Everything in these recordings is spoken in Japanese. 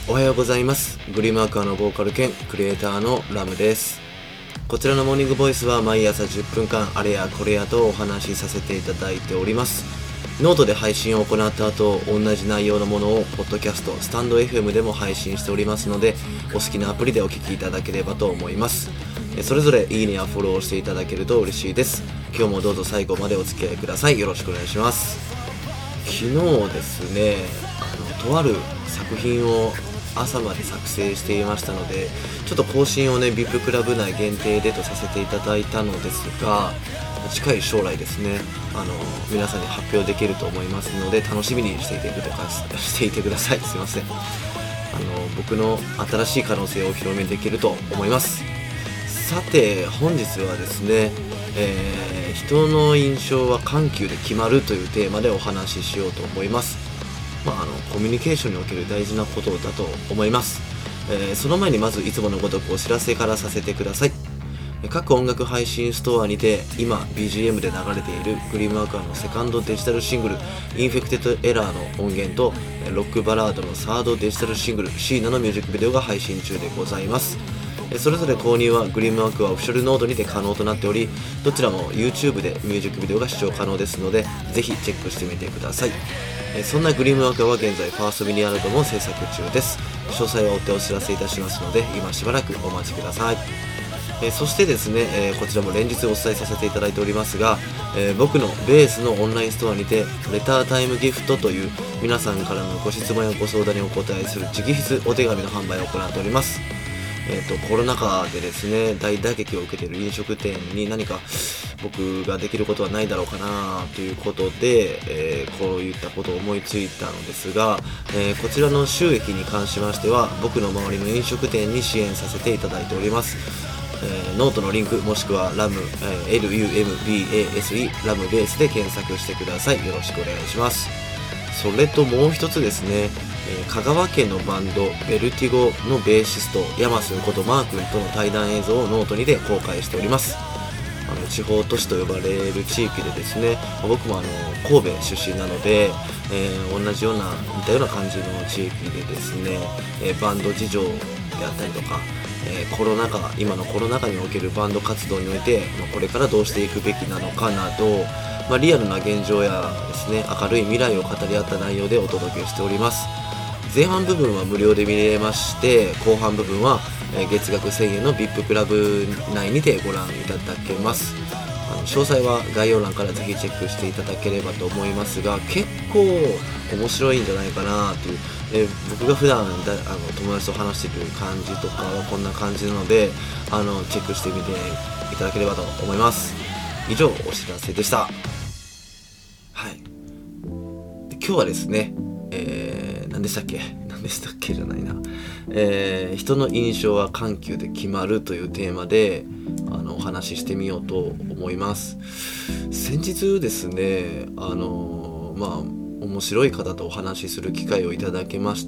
おはようございます。グリムアクアのボーカル兼クリエイターのラムです。こちらのモーニングボイスは毎朝10分間あれやこれやとお話しさせていただいております。ノートで配信を行った後、同じ内容のものをポッドキャスト、スタンド FM でも配信しておりますので、お好きなアプリでお聞きいただければと思います。それぞれいいねやフォローしていただけると嬉しいです。今日もどうぞ最後までお付き合いください。よろしくお願いします。昨日ですね、とある作品を朝まで作成していましたので、ちょっと更新をね VIP クラブ内限定でとさせていただいたのですが、近い将来ですね、皆さんに発表できると思いますので、楽しみにしていてください。すいません。僕の新しい可能性をお披露目できると思います。さて本日はですね、人の印象は緩急で決まるというテーマでお話ししようと思います。コミュニケーションにおける大事なことだと思います。その前にまずいつものごとくお知らせからさせてください。各音楽配信ストアにて今 BGM で流れているグリムアクアのセカンドデジタルシングルインフェクテッドエラーの音源とロックバラードのサードデジタルシングルシーナのミュージックビデオが配信中でございます。それぞれ購入はグリムアクアオフィシャルノードにて可能となっており、どちらも YouTube でミュージックビデオが視聴可能ですので、ぜひチェックしてみてください。そんなグリムアクアは現在ファーストミニアルバムを制作中です。詳細は追ってお知らせいたしますので、今しばらくお待ちください。そしてですね、こちらも連日お伝えさせていただいておりますが、僕のベースのオンラインストアにてレタータイムギフトという皆さんからのご質問やご相談にお答えする直筆お手紙の販売を行っております。コロナ禍でですね、大打撃を受けている飲食店に何か僕ができることはないだろうかなということで、こういったことを思いついたのですが、こちらの収益に関しましては僕の周りの飲食店に支援させていただいております。ノートのリンクもしくはラム、LUMBASE ラムベースで検索してください。よろしくお願いします。それともう一つですね、香川県のバンドベルティゴのベーシストヤマスことマー君との対談映像をノートにて公開しております。地方都市と呼ばれる地域でですね、僕も神戸出身なので、同じような似たような感じの地域でですね、バンド事情であったりとか、今のコロナ禍におけるバンド活動において、これからどうしていくべきなのかなど、リアルな現状やですね、明るい未来を語り合った内容でお届けしております。前半部分は無料で見れまして、後半部分は月額1000円の VIP クラブ内にてご覧いただけます。詳細は概要欄からぜひチェックしていただければと思いますが、結構面白いんじゃないかなという、僕が普段友達と話している感じとかはこんな感じなので、チェックしてみていただければと思います。以上お知らせでした。はい。今日はですね、何でしたっけじゃないな、人の印象は緩急で決まるというテーマでお話ししてみようと思います。先日ですね、面白い方とお話しする機会をいただきまして、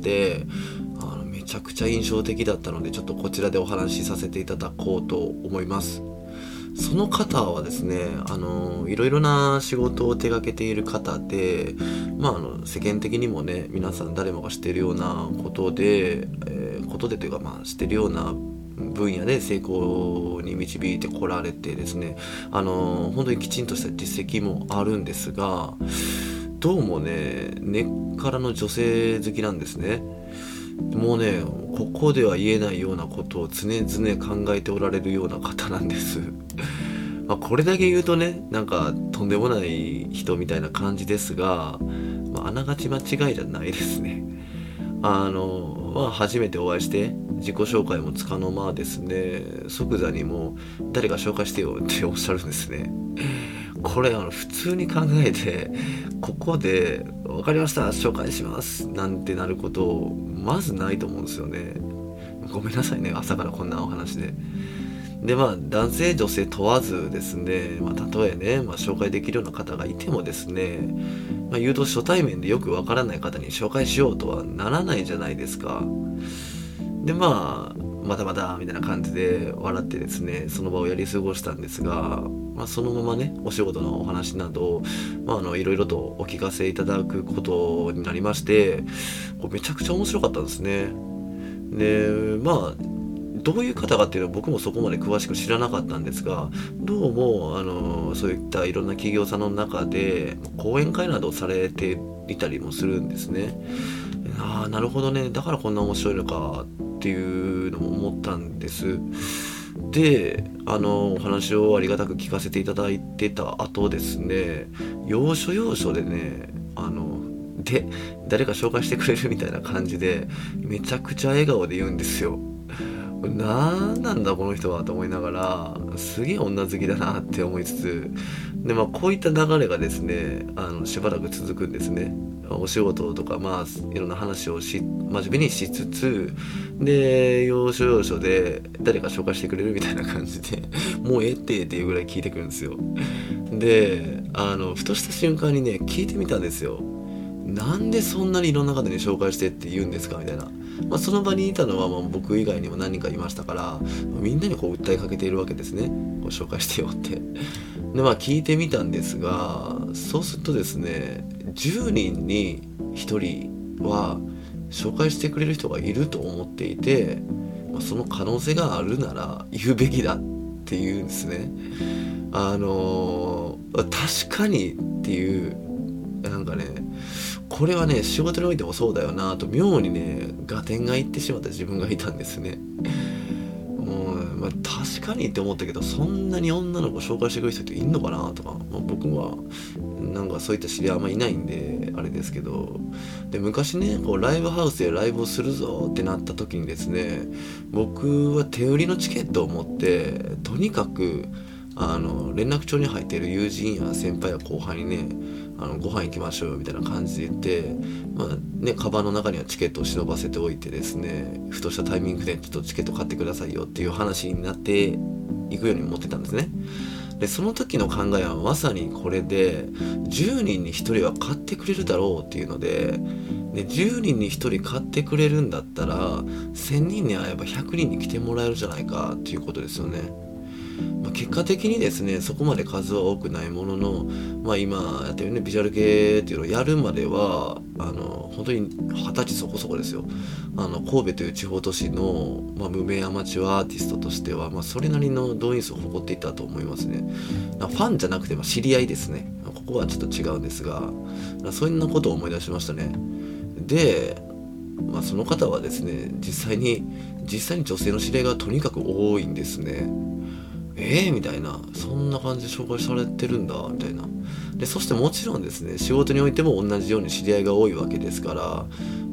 めちゃくちゃ印象的だったので、ちょっとこちらでお話しさせていただこうと思います。その方はですね、いろいろな仕事を手掛けている方で、世間的にもね、皆さん誰もが知っているようなことで、というか知っているような分野で成功に導いてこられてですね、本当にきちんとした実績もあるんですが、どうもね、根っからの女性好きなんですね。もうね、ここでは言えないようなことを常々考えておられるような方なんですこれだけ言うとね、なんかとんでもない人みたいな感じですが、あながち間違いじゃないですね。初めてお会いして自己紹介もつかの間ですね、即座にもう誰か紹介してよっておっしゃるんですね。これ普通に考えて、ここで分かりました紹介しますなんてなることまずないと思うんですよね。ごめんなさいね、朝からこんなお話で。男性女性問わずですね、たとえね、紹介できるような方がいてもですね、言うと初対面でよくわからない方に紹介しようとはならないじゃないですか。でまたまたみたいな感じで笑ってですね、その場をやり過ごしたんですが、そのままね、お仕事のお話など、いろいろとお聞かせいただくことになりまして、これめちゃくちゃ面白かったんですね。 でどういう方かっていうのは僕もそこまで詳しく知らなかったんですが、どうもそういったいろんな企業さんの中で講演会などをされていたりもするんですね。なるほどね、だからこんな面白いのかっていうのも思ったんです。でお話をありがたく聞かせていただいてた後ですね、要所要所でねで誰か紹介してくれるみたいな感じでめちゃくちゃ笑顔で言うんですよ。なんだこの人はと思いながら、すげえ女好きだなって思いつつで、こういった流れがですねしばらく続くんですね。お仕事とかいろんな話を真面目にしつつで、要所要所で誰か紹介してくれるみたいな感じでもうええっていうぐらい聞いてくるんですよ。でふとした瞬間にね聞いてみたんですよ。なんでそんなにいろんな方に紹介してって言うんですかみたいな。その場にいたのは僕以外にも何人かいましたから、みんなにこう訴えかけているわけですね。こう紹介してよって。で聞いてみたんですが、そうするとですね、10人に1人は紹介してくれる人がいると思っていて、その可能性があるなら言うべきだっていうんですね。確かにっていう、これはね仕事においてもそうだよなと妙にね合点がいってしまった自分がいたんですね。もう、確かにって思ったけど、そんなに女の子紹介してくれる人っていんのかなとか、僕はそういった知り合いあんまいないんであれですけど、で昔ねこうライブハウスでライブをするぞってなった時にですね、僕は手売りのチケットを持ってとにかく連絡帳に入っている友人や先輩や後輩にねご飯行きましょうよみたいな感じで言って、カバンの中にはチケットを忍ばせておいてですね、ふとしたタイミングでちょっとチケット買ってくださいよっていう話になっていくように持ってたんですね。でその時の考えはまさにこれで、10人に1人は買ってくれるだろうっていうので、10人に1人買ってくれるんだったら1000人に会えば100人に来てもらえるじゃないかっていうことですよね。結果的にですねそこまで数は多くないものの、今やってるねビジュアル系っていうのをやるまでは本当に20歳そこそこですよ。神戸という地方都市の、無名アマチュアアーティストとしては、それなりの動員数を誇っていたと思いますね。ファンじゃなくて、知り合いですね。ここはちょっと違うんですが、そんなことを思い出しましたね。でその方はですね実際に女性の知り合いがとにかく多いんですね。みたいな、そんな感じで紹介されてるんだみたいな。でそしてもちろんですね仕事においても同じように知り合いが多いわけですから、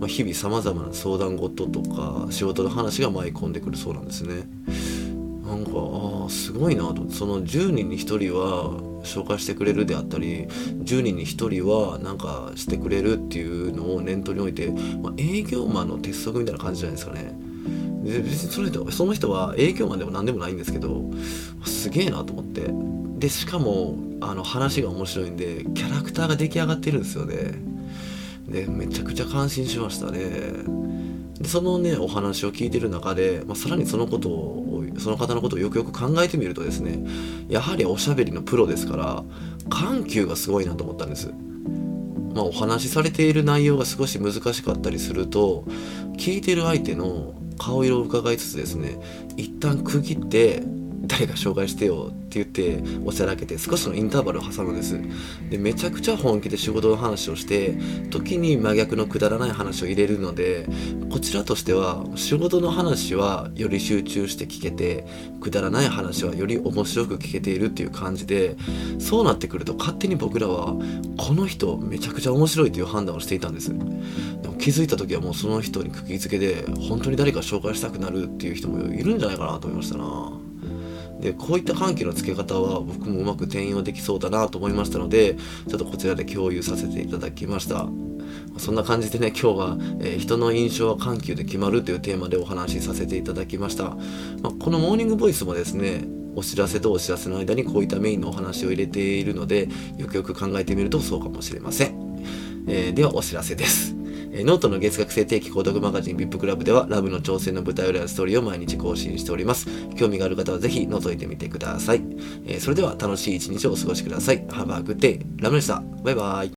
日々さまざまな相談事とか仕事の話が舞い込んでくるそうなんですね。すごいなと。その10人に1人は紹介してくれるであったり、10人に1人はしてくれるっていうのを念頭に置いて、営業マンの鉄則みたいな感じじゃないですかね。で別にその人は営業マンでも何でもないんですけど、すげえなと思って。でしかも話が面白いんでキャラクターが出来上がってるんですよね。でめちゃくちゃ感心しましたね。でそのねお話を聞いてる中で、さらにその方のことをよくよく考えてみるとですね、やはりおしゃべりのプロですから緩急がすごいなと思ったんです。お話しされている内容が少し難しかったりすると、聞いてる相手の顔色を伺いつつですね、一旦区切って誰か紹介してよって言っておちゃらけて少しのインターバルを挟むんです。でめちゃくちゃ本気で仕事の話をして、時に真逆のくだらない話を入れるので、こちらとしては仕事の話はより集中して聞けて、くだらない話はより面白く聞けているっていう感じで、そうなってくると勝手に僕らはこの人めちゃくちゃ面白いという判断をしていたんです。でも気づいた時はもうその人に釘付けで本当に誰か紹介したくなるっていう人もいるんじゃないかなと思いましたな。でこういった緩急のつけ方は僕もうまく転用できそうだなと思いましたので、ちょっとこちらで共有させていただきました。そんな感じでね今日は、人の印象は緩急で決まるというテーマでお話しさせていただきました。このモーニングボイスもですねお知らせとお知らせの間にこういったメインのお話を入れているので、よくよく考えてみるとそうかもしれません。ではお知らせです。ノートの月額制定期購読マガジン VIP クラブではラブの挑戦の舞台裏やストーリーを毎日更新しております。興味がある方はぜひ覗いてみてください。それでは楽しい一日をお過ごしください。Have a good day. ラムでした。バイバイ。